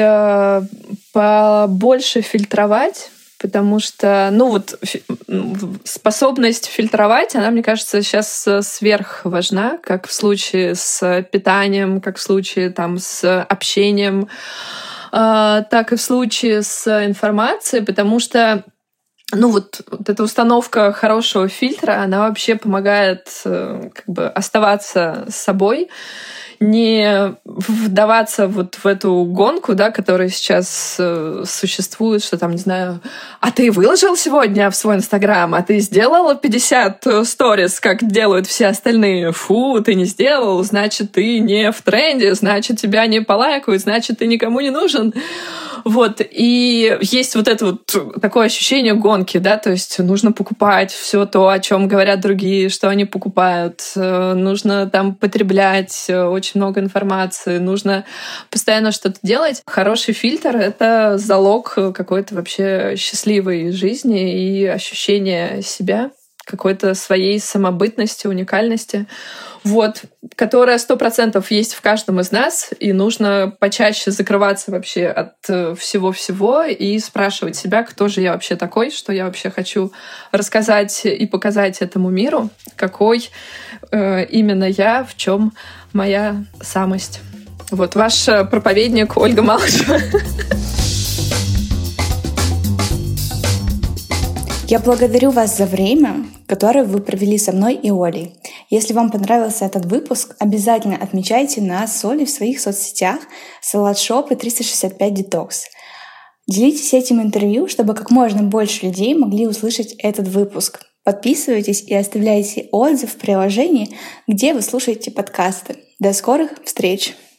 побольше фильтровать, потому что, способность фильтровать, она, мне кажется, сейчас сверх важна, как в случае с питанием, как в случае там с общением, так и в случае с информацией, потому что вот эта установка хорошего фильтра, она вообще помогает оставаться с собой, не вдаваться вот в эту гонку, да, которая сейчас существует, что там, не знаю, а ты выложил сегодня в свой Инстаграм, а ты сделала 50 сторис, как делают все остальные. Фу, ты не сделал, значит, ты не в тренде, значит, тебя не полайкают, значит, ты никому не нужен. Вот, и есть вот это вот такое ощущение гонки, да, то есть нужно покупать все то, о чем говорят другие, что они покупают, нужно там потреблять очень много информации, нужно постоянно что-то делать. Хороший фильтр — это залог какой-то вообще счастливой жизни и ощущения себя, какой-то своей самобытности, уникальности, вот, которая 100% есть в каждом из нас, и нужно почаще закрываться вообще от всего-всего и спрашивать себя, кто же я вообще такой, что я вообще хочу рассказать и показать этому миру, какой именно я, в чем моя самость. Вот, ваш проповедник Ольга Малышева. Я благодарю вас за время, которое вы провели со мной и Олей. Если вам понравился этот выпуск, обязательно отмечайте нас с Олей в своих соцсетях «Салат-шоп» и 365 Detox. Делитесь этим интервью, чтобы как можно больше людей могли услышать этот выпуск. Подписывайтесь и оставляйте отзыв в приложении, где вы слушаете подкасты. До скорых встреч!